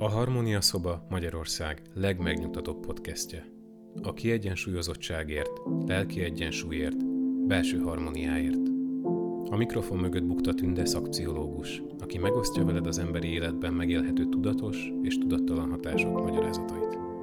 A Harmónia Szoba Magyarország legmegnyugtatóbb podcastje. A kiegyensúlyozottságért, lelki egyensúlyért, belső harmóniáért. A mikrofon mögött bukta Tünde szakpszichológus, aki megosztja veled az emberi életben megélhető tudatos és tudattalan hatások magyarázatait.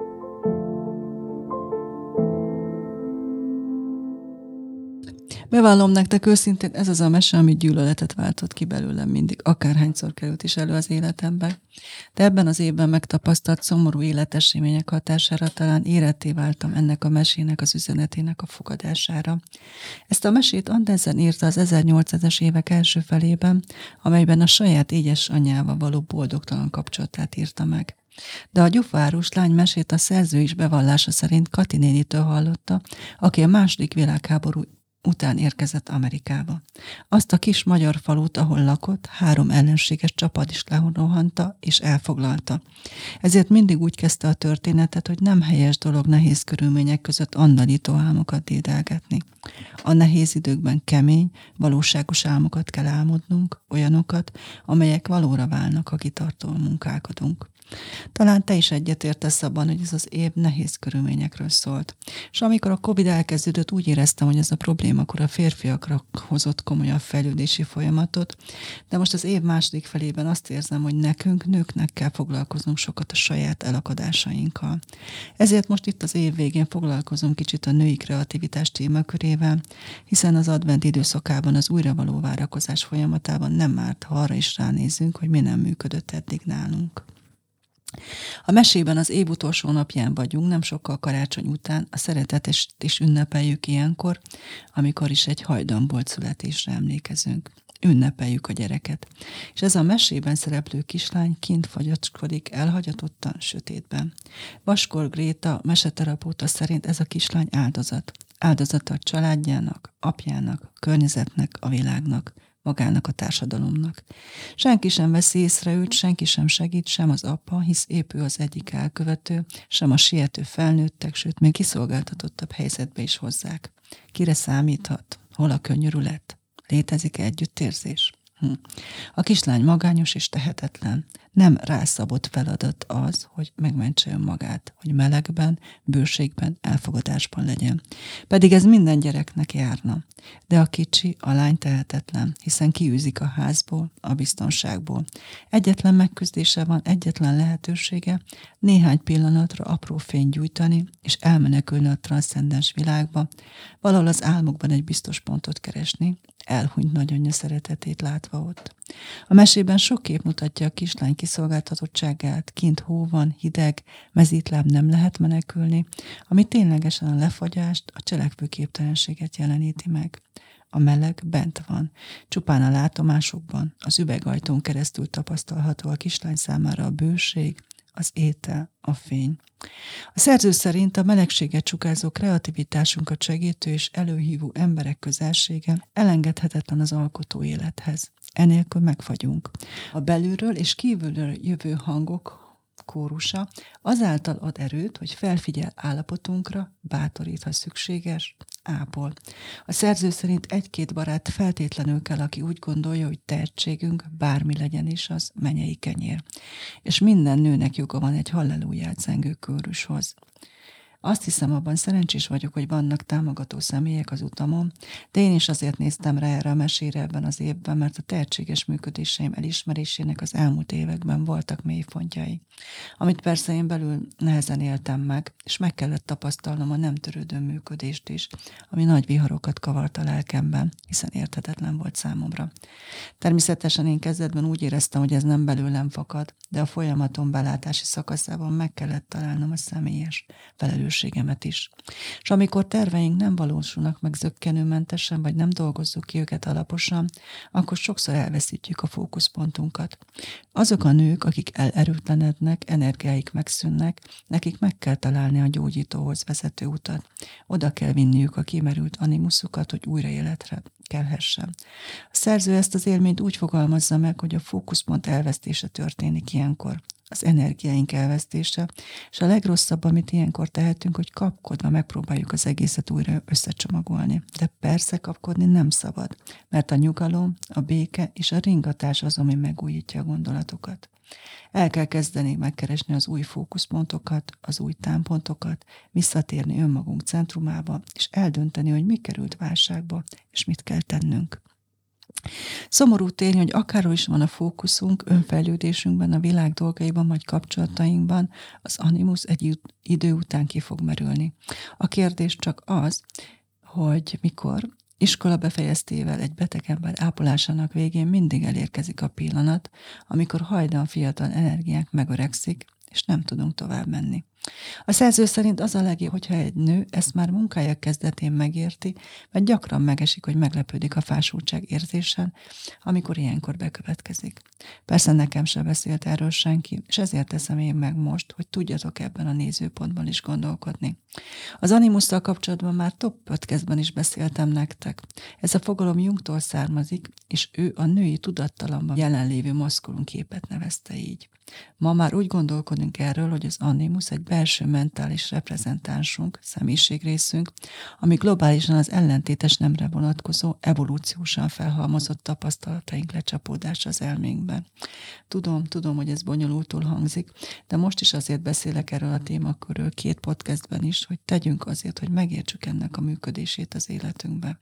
Bevallom nektek őszintén, ez az a mese, ami gyűlöletet váltott ki belőlem mindig, akárhányszor került is elő az életembe. De ebben az évben megtapasztalt szomorú életesemények hatására talán éretté váltam ennek a mesének az üzenetének a fogadására. Ezt a mesét Andersen írta az 1800-es évek első felében, amelyben a saját égyes anyjával való boldogtalan kapcsolatát írta meg. De a gyufárus lány mesét a szerző is bevallása szerint Kati nénitől hallotta, aki a második világháború után érkezett Amerikába. Azt a kis magyar falut, ahol lakott, 3 ellenséges csapat is lerohanta és elfoglalta. Ezért mindig úgy kezdte a történetet, hogy nem helyes dolog nehéz körülmények között andalító álmokat dédelgetni. A nehéz időkben kemény, valóságos álmokat kell álmodnunk, olyanokat, amelyek valóra válnak, ha kitartóan munkálkodunk. Talán te is egyetértesz abban, hogy ez az év nehéz körülményekről szólt. És amikor a Covid elkezdődött, úgy éreztem, hogy ez a probléma akkor a férfiakra hozott komolyabb fejlődési folyamatot, de most az év második felében azt érzem, hogy nekünk, nőknek kell foglalkoznunk sokat a saját elakadásainkkal. Ezért most itt az év végén foglalkozunk kicsit a női kreativitás témakörével, hiszen az advent időszakában az újra való várakozás folyamatában nem árt, ha arra is ránézzünk, hogy mi nem működött eddig nálunk. A mesében az év utolsó napján vagyunk, nem sokkal karácsony után, a szeretetest is ünnepeljük ilyenkor, amikor is egy hajdanbolt születésre emlékezünk. Ünnepeljük a gyereket. És ez a mesében szereplő kislány kint fagyacskodik elhagyatottan, sötétben. Vaskor Gréta, meseterapeuta szerint ez a kislány áldozat. Áldozata a családjának, apjának, a környezetnek, a világnak, magának a társadalomnak. Senki sem veszi észre őt, senki sem segít, sem az apa, hisz épp ő az egyik elkövető, sem a siető felnőttek, sőt, még kiszolgáltatottabb helyzetbe is hozzák. Kire számíthat? Hol a könyörület? Létezik-e együttérzés? A kislány magányos és tehetetlen. Nem rászabott feladat az, hogy megmentse önmagát, hogy melegben, bőségben, elfogadásban legyen. Pedig ez minden gyereknek járna. De a kicsi, a lány tehetetlen, hiszen kiűzik a házból, a biztonságból. Egyetlen megküzdése van, egyetlen lehetősége, néhány pillanatra apró fényt gyújtani, és elmenekülni a transzcendens világba, valahol az álmokban egy biztos pontot keresni, elhunyt nagyanyja szeretetét látva ott. A mesében sok kép mutatja a kislány kiszolgáltatottságát, kint hó van, hideg, mezítláb nem lehet menekülni, ami ténylegesen a lefagyást, a cselekvőképtelenséget jeleníti meg. A meleg bent van, csupán a látomásokban, az üvegajtón keresztül tapasztalható a kislány számára a bőség, az étel, a fény. A szerző szerint a melegséget csukázó kreativitásunkat segítő és előhívó emberek közelsége elengedhetetlen az alkotó élethez. Enélkül megfagyunk. A belülről és kívülről jövő hangok kórusa azáltal ad erőt, hogy felfigyel állapotunkra, bátorít, ha szükséges, ápol. A szerző szerint 1-2 barát feltétlenül kell, aki úgy gondolja, hogy tehetségünk, bármi legyen is az, mennyei kenyér. És minden nőnek joga van egy halleluját zengő kórushoz. Azt hiszem, abban szerencsés vagyok, hogy vannak támogató személyek az utamon, de én is azért néztem rá erre a mesére ebben az évben, mert a tehetséges működéseim elismerésének az elmúlt években voltak mélypontjai, amit persze én belül nehezen éltem meg, és meg kellett tapasztalnom a nem törődő működést is, ami nagy viharokat kavart a lelkemben, hiszen érthetetlen volt számomra. Természetesen én kezdetben úgy éreztem, hogy ez nem fakad, de a folyamaton belátási szakaszában meg kellett találnom a személyes felelősségemet is. És amikor terveink nem valósulnak meg zökkenőmentesen, vagy nem dolgozzuk ki őket alaposan, akkor sokszor elveszítjük a fókuszpontunkat. Azok a nők, akik elerőtlenednek, energiáik megszűnnek, nekik meg kell találni a gyógyítóhoz vezető utat. Oda kell vinniük a kimerült animuszukat, hogy újra életre kelhessen. A szerző ezt az élményt úgy fogalmazza meg, hogy a fókuszpont elvesztése történik ilyenkor. Az energiáink elvesztése, és a legrosszabb, amit ilyenkor tehetünk, hogy kapkodva megpróbáljuk az egészet újra összecsomagolni. De persze kapkodni nem szabad, mert a nyugalom, a béke és a ringatás az, ami megújítja a gondolatokat. El kell kezdeni megkeresni az új fókuszpontokat, az új támpontokat, visszatérni önmagunk centrumába, és eldönteni, hogy mi került válságba, és mit kell tennünk. Szomorú tény, hogy akárhol is van a fókuszunk, önfejlődésünkben, a világ dolgaiban, vagy kapcsolatainkban, az animusz egy idő után ki fog merülni. A kérdés csak az, hogy mikor. Iskola befejeztével egy beteg ember ápolásának végén mindig elérkezik a pillanat, amikor hajdan fiatal energiánk megöregszik, és nem tudunk tovább menni. A szerző szerint az a legjobb, hogyha egy nő ezt már munkája kezdetén megérti, mert gyakran megesik, hogy meglepődik a fásultság érzésen, amikor ilyenkor bekövetkezik. Persze nekem se beszélt erről senki, és ezért teszem én meg most, hogy tudjatok ebben a nézőpontban is gondolkodni. Az animusszal kapcsolatban már több podcastban is beszéltem nektek. Ez a fogalom Jungtól származik, és ő a női tudattalamban jelenlévő maszkulum képet nevezte így. Ma már úgy gondolkodunk erről, hogy az animusz egy belső mentális reprezentánsunk, személyiségrészünk, ami globálisan az ellentétes nemre vonatkozó, evolúciósan felhalmozott tapasztalataink lecsapódása az elménkben. Tudom, hogy ez bonyolultul hangzik, de most is azért beszélek erről a témakörről 2 podcastben is, hogy tegyünk azért, hogy megértsük ennek a működését az életünkben.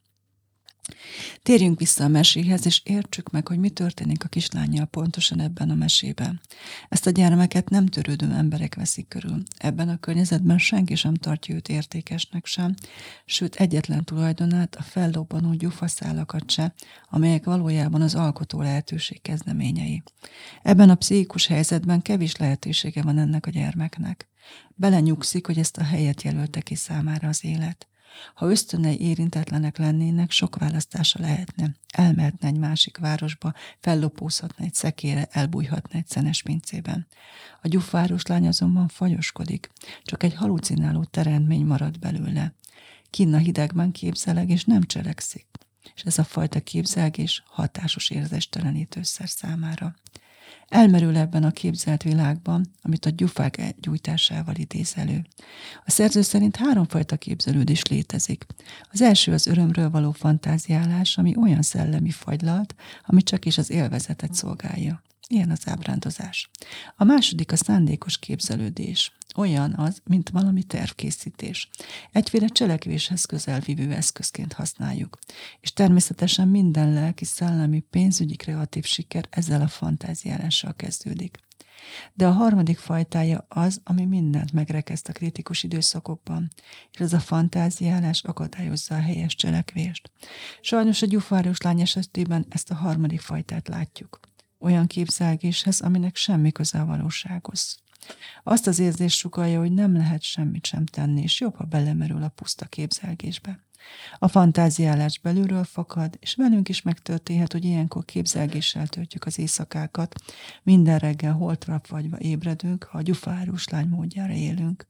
Térjünk vissza a meséhez, és értsük meg, hogy mi történik a kislánnyal pontosan ebben a mesében. Ezt a gyermeket nem törődő emberek veszik körül. Ebben a környezetben senki sem tartja őt értékesnek sem, sőt egyetlen tulajdonát, a fellobbanó gyufaszálakat se, amelyek valójában az alkotó lehetőség kezdeményei. Ebben a pszichikus helyzetben kevés lehetősége van ennek a gyermeknek. Belenyugszik, hogy ezt a helyet jelölte ki számára az élet. Ha ösztönei érintetlenek lennének, sok választása lehetne. Elmehetne egy másik városba, fellopózhatna egy szekére, elbújhatna egy szenes pincében. A gyufváros lány azonban fagyoskodik, csak egy halucináló teremtmény marad belőle. Kinn a hidegben képzeleg, és nem cselekszik. És ez a fajta képzelgés hatásos érzéstelenítőszer számára. Elmerül ebben a képzelt világban, amit a gyufák gyújtásával idéz elő. A szerző szerint 3 fajta képzelődés létezik. Az első az örömről való fantáziálás, ami olyan szellemi fagylalt, ami csak is az élvezetet szolgálja. Ilyen az ábrándozás. A második a szándékos képzelődés. Olyan az, mint valami tervkészítés. Egyféle cselekvéshez közelvívő eszközként használjuk. És természetesen minden lelki, szellemi, pénzügyi, kreatív siker ezzel a fantáziálással kezdődik. De a harmadik fajtája az, ami mindent megrekeszt a kritikus időszakokban, és ez a fantáziálás akadályozza a helyes cselekvést. Sajnos a gyufáros lány esetében ezt a harmadik fajtát látjuk. Olyan képzelgéshez, aminek semmi köze a valósághoz. Azt az érzést sugallja, hogy nem lehet semmit sem tenni, és jobb, ha belemerül a puszta képzelgésbe. A fantáziálás belülről fakad, és velünk is megtörténhet, hogy ilyenkor képzelgéssel töltjük az éjszakákat, minden reggel holtra fagyva ébredünk, ha a gyufárus lány módjára élünk.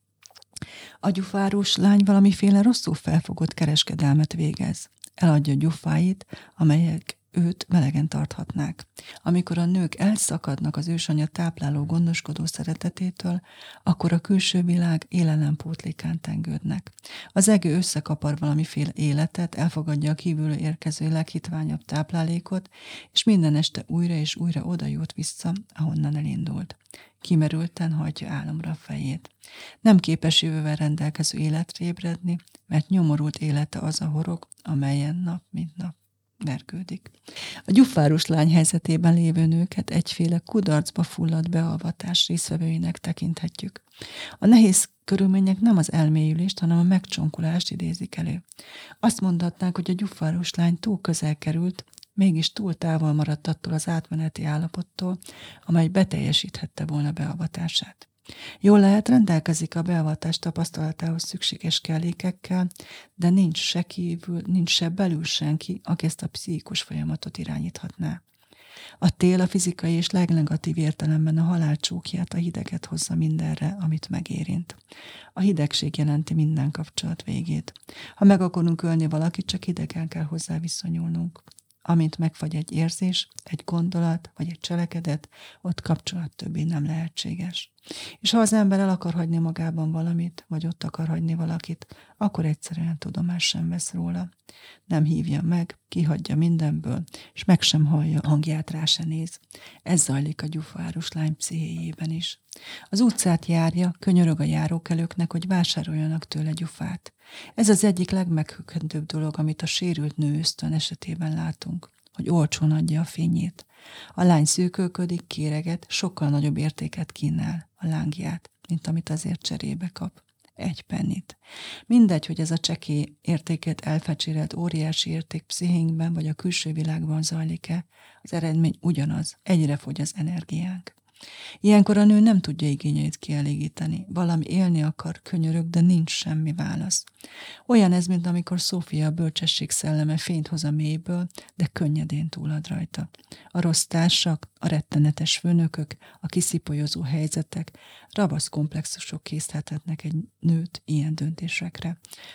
A gyufárus lány valamiféle rosszul felfogott kereskedelmet végez. Eladja gyufáit, amelyek őt melegen tarthatnák. Amikor a nők elszakadnak az ősanya tápláló, gondoskodó szeretetétől, akkor a külső világ élelempótlékán tengődnek. Az egő összekapar valamiféle életet, elfogadja a kívülről érkező leghitványabb táplálékot, és minden este újra és újra oda jut vissza, ahonnan elindult. Kimerülten hajtja álomra a fejét. Nem képes jövővel rendelkező életre ébredni, mert nyomorult élete az a horog, amelyen nap mint nap vergődik. A gyufáros lány helyzetében lévő nőket egyféle kudarcba fulladt beavatás résztvevőinek tekinthetjük. A nehéz körülmények nem az elmélyülést, hanem a megcsonkulást idézik elő. Azt mondhatnánk, hogy a gyufáros lány túl közel került, mégis túl távol maradt attól az átmeneti állapottól, amely beteljesíthette volna beavatását. Jól lehet, rendelkezik a beavatás tapasztalatához szükséges kellékekkel, de nincs se kívül, nincs se belül senki, aki ezt a pszichikus folyamatot irányíthatná. A tél a fizikai és legnegatív értelemben a halál csókját, a hideget hozza mindenre, amit megérint. A hidegség jelenti minden kapcsolat végét. Ha meg akarunk ölni valakit, csak hidegen kell hozzá viszonyulnunk. Amint megfagy egy érzés, egy gondolat vagy egy cselekedet, ott kapcsolat többé nem lehetséges. És ha az ember el akar hagyni magában valamit, vagy ott akar hagyni valakit, akkor egyszerűen tudomást sem vesz róla. Nem hívja meg, kihagyja mindenből, és meg sem hallja, hangját rá se néz. Ez zajlik a gyufárus lány pszichéjében is. Az utcát járja, könyörög a járókelőknek, hogy vásároljanak tőle gyufát. Ez az egyik legmeghökkentőbb dolog, amit a sérült nő ösztön esetében látunk, hogy olcsón adja a fényét. A lány szűkölködik, kéreget, sokkal nagyobb értéket kínál, a lángját, mint amit azért cserébe kap. 1 pennit. Mindegy, hogy ez a csekély értéket elfecsérelt óriási érték pszichénkben vagy a külső világban zajlik-e, az eredmény ugyanaz, egyre fogy az energiánk. Ilyenkor a nő nem tudja igényeit kielégíteni. Valami élni akar, könyörög, de nincs semmi válasz. Olyan ez, mint amikor Szófia a bölcsesség szelleme fényt hoz a mélyből, de könnyedén túlad rajta. A rossz társak, a rettenetes főnökök, a kiszipolyozó helyzetek, ravasz komplexusok késztethetnek egy nőt ilyen döntésekre.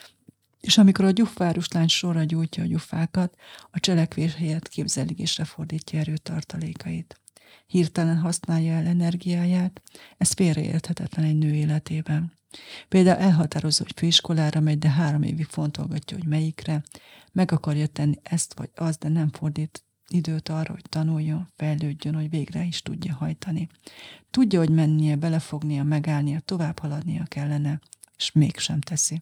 És amikor a gyufárus lány sorra gyújtja a gyufákat, a cselekvés helyett képzelégésre fordítja erőtartalékait. Hirtelen használja el energiáját, ez félreérthetetlen egy nő életében. Például elhatározza, hogy főiskolára megy, de 3 évig fontolgatja, hogy melyikre, meg akarja tenni ezt vagy azt, de nem fordít időt arra, hogy tanuljon, fejlődjön, hogy végre is tudja hajtani. Tudja, hogy mennie, belefognia, megállnia, tovább haladnia kellene, és mégsem teszi.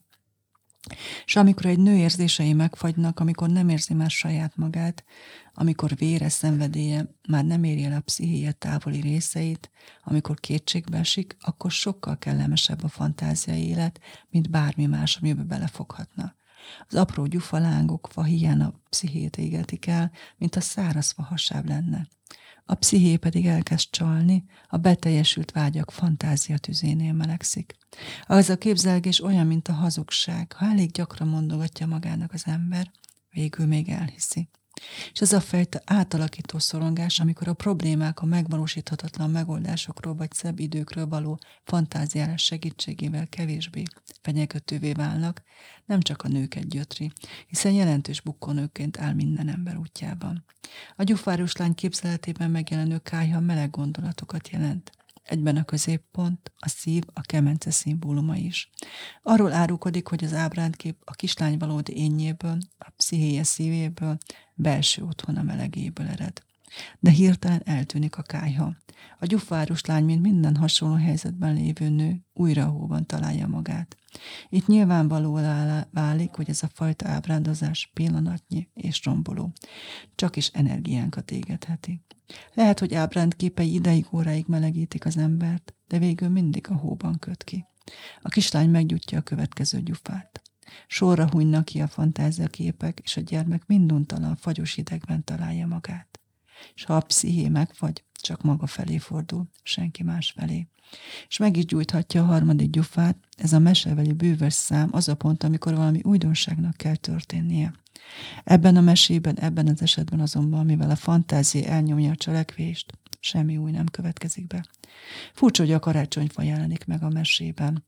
És amikor egy nő érzései megfagynak, amikor nem érzi már saját magát, amikor vére, szenvedélye már nem éri el a pszichéje távoli részeit, amikor kétségbe esik, akkor sokkal kellemesebb a fantáziai élet, mint bármi más, amiben belefoghatna. Az apró gyufalángok fahéján a pszichét égetik el, mint a száraz fahasáb lenne. A psziché pedig elkezd csalni, a beteljesült vágyak fantázia tüzénél melegszik. Az a képzelgés olyan, mint a hazugság, ha elég gyakran mondogatja magának az ember, végül még elhiszi. És ez a fajta átalakító szorongás, amikor a problémák a megvalósíthatatlan megoldásokról vagy szebb időkről való fantáziálás segítségével kevésbé fenyegetővé válnak, nem csak a nőket gyötri, hiszen jelentős bukkanőként áll minden ember útjában. A gyufárus lány képzeletében megjelenő kályha meleg gondolatokat jelent. Egyben a középpont, a szív, a kemence szimbóluma is. Arról árulkodik, hogy az ábrándkép a kislány valódi énjéből, a pszichéje szívéből, belső otthona melegéből ered. De hirtelen eltűnik a kályha. A gyufárus lány, mint minden hasonló helyzetben lévő nő, újra a hóban találja magát. Itt nyilvánvalóvá válik, hogy ez a fajta ábrándozás pillanatnyi és romboló. Csak is energiánkat égetheti. Lehet, hogy ábrándképei ideig, óráig melegítik az embert, de végül mindig a hóban köt ki. A kislány meggyújtja a következő gyufát. Sorra hunynak ki a fantáziaképek, és a gyermek minduntalan, fagyos idegben találja magát. És ha a psziché megfagy, csak maga felé fordul, senki más felé. És meg is gyújthatja a 3. gyufát, ez a mesebeli bűvös szám, az a pont, amikor valami újdonságnak kell történnie. Ebben a mesében, ebben az esetben azonban, mivel a fantázia elnyomja a cselekvést, semmi új nem következik be. Furcsa, hogy a karácsonyfa jelenik meg a mesében.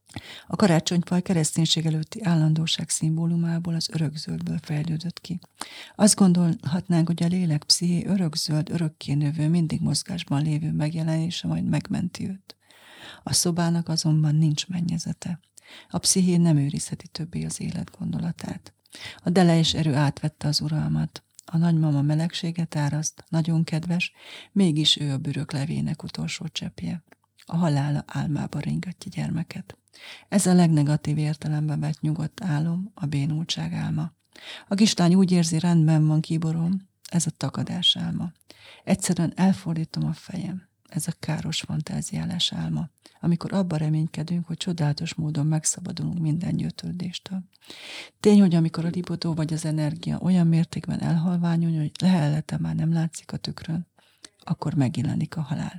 A karácsonyfa a kereszténység előtti állandóság szimbólumából, az örökzöldből fejlődött ki. Azt gondolhatnánk, hogy a lélek psziché örökzöld, örökké növő, mindig mozgásban lévő megjelenése majd megmenti őt. A szobának azonban nincs mennyezete. A psziché nem őrizheti többé az élet gondolatát. A delejés erő átvette az uralmat. A nagymama melegséget áraszt, nagyon kedves, mégis ő a bürök levének utolsó cseppje. A halála álmába ringatja gyermeket. Ez a legnegatív értelemben vett nyugodt álom, a bénultság álma. A kislány úgy érzi, rendben van, kiborom, ez a takadás álma. Egyszerűen elfordítom a fejem. Ez a káros fantáziálás álma, amikor abban reménykedünk, hogy csodálatos módon megszabadulunk minden gyötődéstől. Tény, hogy amikor a libidó vagy az energia olyan mértékben elhalványul, hogy lehellete már nem látszik a tükrön, akkor megjelenik a halál.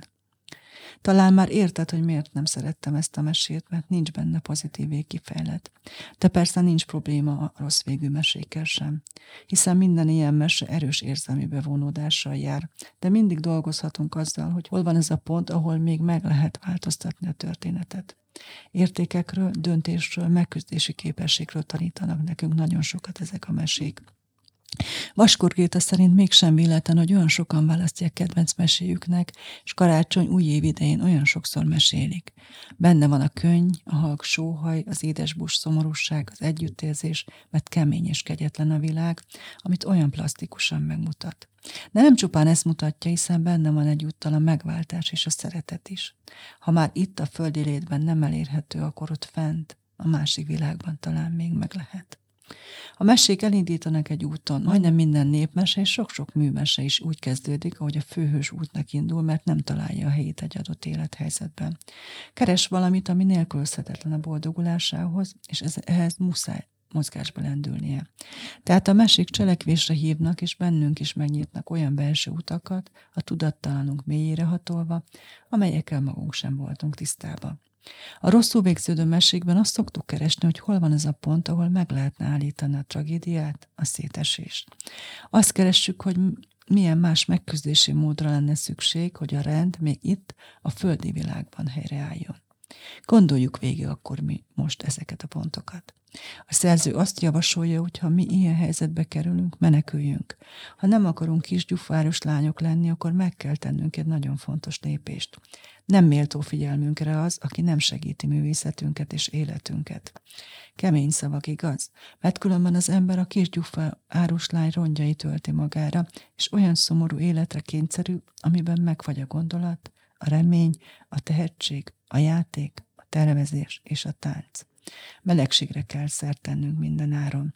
Talán már érted, hogy miért nem szerettem ezt a mesét, mert nincs benne pozitív végkifejlet. De persze nincs probléma a rossz végű mesékkel sem, hiszen minden ilyen mese erős érzelmi bevonódással jár, de mindig dolgozhatunk azzal, hogy hol van ez a pont, ahol még meg lehet változtatni a történetet. Értékekről, döntésről, megküzdési képességről tanítanak nekünk nagyon sokat ezek a mesék. Vaskor Géta szerint mégsem véletlen, hogy olyan sokan választják kedvenc meséjüknek, és karácsony újév idején olyan sokszor mesélik. Benne van a könny, a halk sóhaj, az édesbús szomorúság, az együttérzés, mert kemény és kegyetlen a világ, amit olyan plastikusan megmutat. De nem csupán ezt mutatja, hiszen benne van egyúttal a megváltás és a szeretet is. Ha már itt a földi létben nem elérhető, akkor ott fent, a másik világban talán még meg lehet. A mesék elindítanak egy úton, majdnem minden népmese és sok-sok műmese is úgy kezdődik, ahogy a főhős útnak indul, mert nem találja a helyét egy adott élethelyzetben. Keres valamit, ami nélkülözhetetlen a boldogulásához, és ehhez muszáj mozgásba lendülnie. Tehát a mesék cselekvésre hívnak, és bennünk is megnyitnak olyan belső utakat, a tudattalanunk mélyére hatolva, amelyekkel magunk sem voltunk tisztában. A rosszul végződő mesékben azt szoktuk keresni, hogy hol van az a pont, ahol meg lehetne állítani a tragédiát, a szétesést. Azt keressük, hogy milyen más megküzdési módra lenne szükség, hogy a rend még itt, a földi világban helyreálljon. Gondoljuk végig akkor mi most ezeket a pontokat. A szerző azt javasolja, hogy ha mi ilyen helyzetbe kerülünk, meneküljünk. Ha nem akarunk kis gyufáros lányok lenni, akkor meg kell tennünk egy nagyon fontos lépést. Nem méltó figyelmünkre az, aki nem segíti művészetünket és életünket. Kemény szavak, igaz? Mert különben az ember a kis gyufáros lány rongyait tölti magára, és olyan szomorú életre kényszerül, amiben megfagy a gondolat, a remény, a tehetség, a játék, a tervezés és a tánc. Melegségre kell szert tennünk mindenáron.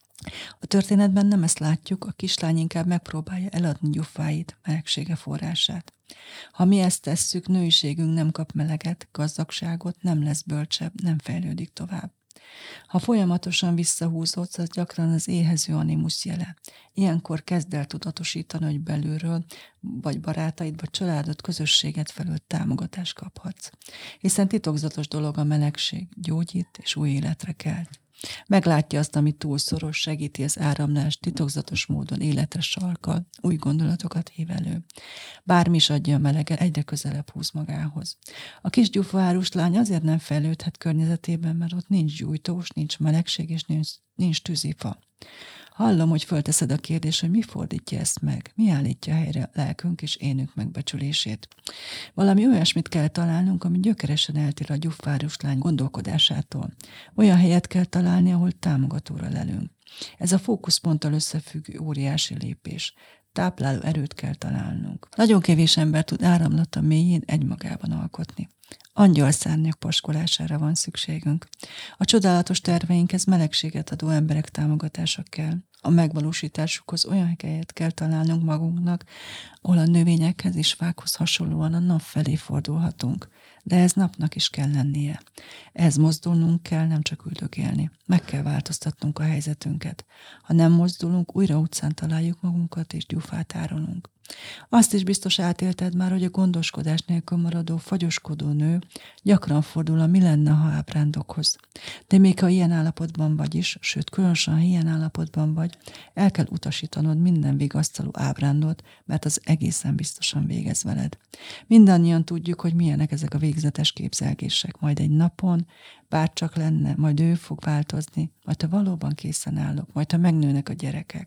A történetben nem ezt látjuk, a kislány inkább megpróbálja eladni gyufáit, melegsége forrását. Ha mi ezt tesszük, nőiségünk nem kap meleget, gazdagságot, nem lesz bölcsebb, nem fejlődik tovább. Ha folyamatosan visszahúzódsz, az gyakran az éhező animusz jele. Ilyenkor kezd el tudatosítani, hogy belülről, vagy barátaid, vagy családod, közösséget felől támogatást kaphatsz. Hiszen titokzatos dolog a melegség, gyógyít és új életre kelt. Meglátja azt, ami túl szoros, segíti az áramlást, titokzatos módon életre sarkal, új gondolatokat hív elő. Bármi is adja a meleget, egyre közelebb húz magához. A kis gyufárus lány azért nem fejlődhet környezetében, mert ott nincs gyújtós, nincs melegség és nincs tűzifa. Hallom, hogy fölteszed a kérdést, hogy mi fordítja ezt meg, mi állítja helyre lelkünk és énünk megbecsülését. Valami olyasmit kell találnunk, ami gyökeresen eltér a gyufárus lány gondolkodásától. Olyan helyet kell találni, ahol támogatóra lelünk. Ez a fókuszponttal összefüggő óriási lépés. Tápláló erőt kell találnunk. Nagyon kevés ember tud áramlata mélyén egymagában alkotni. Angyalszárnyak paskolására van szükségünk. A csodálatos terveinkhez melegséget adó emberek támogatása kell. A megvalósításukhoz olyan helyet kell találnunk magunknak, ahol a növényekhez és fákhoz hasonlóan a nap felé fordulhatunk. De ez napnak is kell lennie. Ehhez mozdulnunk kell, nem csak üldögélni. Meg kell változtatnunk a helyzetünket. Ha nem mozdulunk, újra utcán találjuk magunkat és gyufát árulunk. Azt is biztos átélted már, hogy a gondoskodás nélkül maradó, fagyoskodó nő gyakran fordul a mi lenne, ha ábrándokhoz. De még ha ilyen állapotban vagy is, sőt, különösen ha ilyen állapotban vagy, el kell utasítanod minden vigasztaló ábrándot, mert az egészen biztosan végez veled. Mindannyian tudjuk, hogy milyenek ezek a végzetes képzelgések. Majd egy napon, bárcsak lenne, majd ő fog változni, majd ha valóban készen állok, majd ha megnőnek a gyerekek,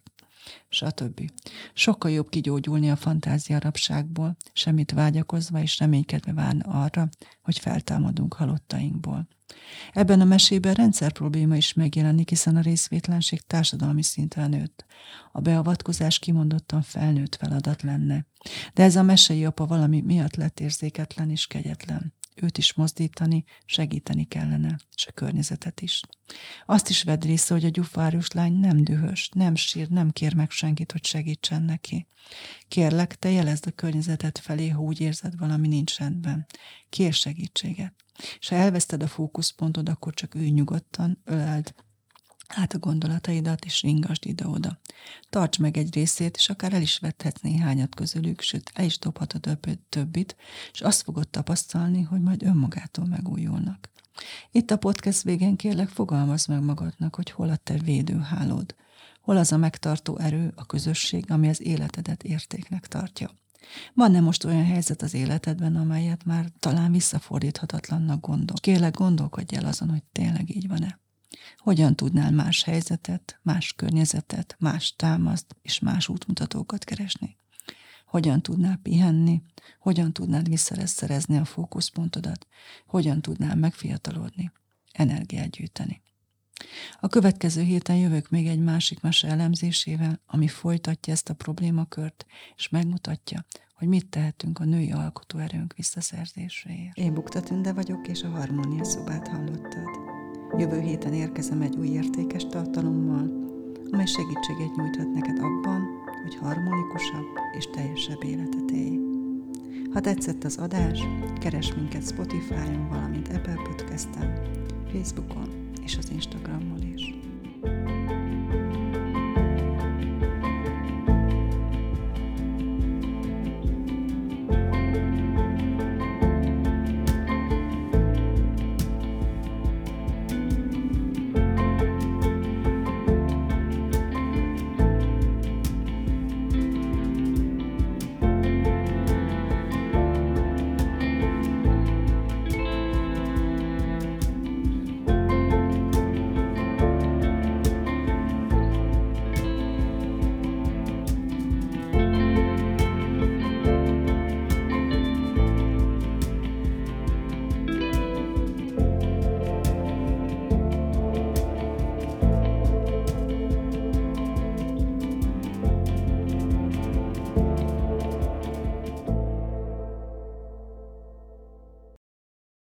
stb. Sokkal jobb kigyógyulni a fantázia rabságból, semmit vágyakozva és reménykedve várni arra, hogy feltámadunk halottainkból. Ebben a mesében rendszerprobléma is megjelenik, hiszen a részvétlenség társadalmi szinten nőtt. A beavatkozás kimondottan felnőtt feladat lenne. De ez a mesei apa valami miatt lett érzéketlen és kegyetlen. Őt is mozdítani, segíteni kellene, és a környezetet is. Azt is vedd része, hogy a gyufárus lány nem dühös, nem sír, nem kér meg senkit, hogy segítsen neki. Kérlek, te jelezd a környezetet felé, ha úgy érzed, valami nincs rendben. Kér segítséget. És ha elveszted a fókuszpontod, akkor csak ülj nyugodtan, öleld át a gondolataidat, és ringasd ide-oda. Tartsd meg egy részét, és akár el is vethetsz néhányat közülük, sőt, el is dobhatod a többit, és azt fogod tapasztalni, hogy majd önmagától megújulnak. Itt a podcast végén kérlek, fogalmazd meg magadnak, hogy hol a te védőhálód, hol az a megtartó erő, a közösség, ami az életedet értéknek tartja. Van-e most olyan helyzet az életedben, amelyet már talán visszafordíthatatlannak gondol? Kérlek, gondolkodj el azon, hogy tényleg így van-e. Hogyan tudnál más helyzetet, más környezetet, más támaszt és más útmutatókat keresni? Hogyan tudnál pihenni? Hogyan tudnád visszaszerezni a fókuszpontodat? Hogyan tudnál megfiatalodni? Energiát gyűjteni? A következő héten jövök még egy másik mese elemzésével, ami folytatja ezt a problémakört, és megmutatja, hogy mit tehetünk a női alkotóerőnk visszaszerzéséért. Én Bukta Tünde vagyok, és a Harmónia Szobát hallottad. Jövő héten érkezem egy új értékes tartalommal, amely segítséget nyújthat neked abban, hogy harmonikusabb és teljesebb életet élj. Ha tetszett az adás, keresd minket Spotify-on, valamint Apple Podcast-en, Facebookon és az Instagramon is.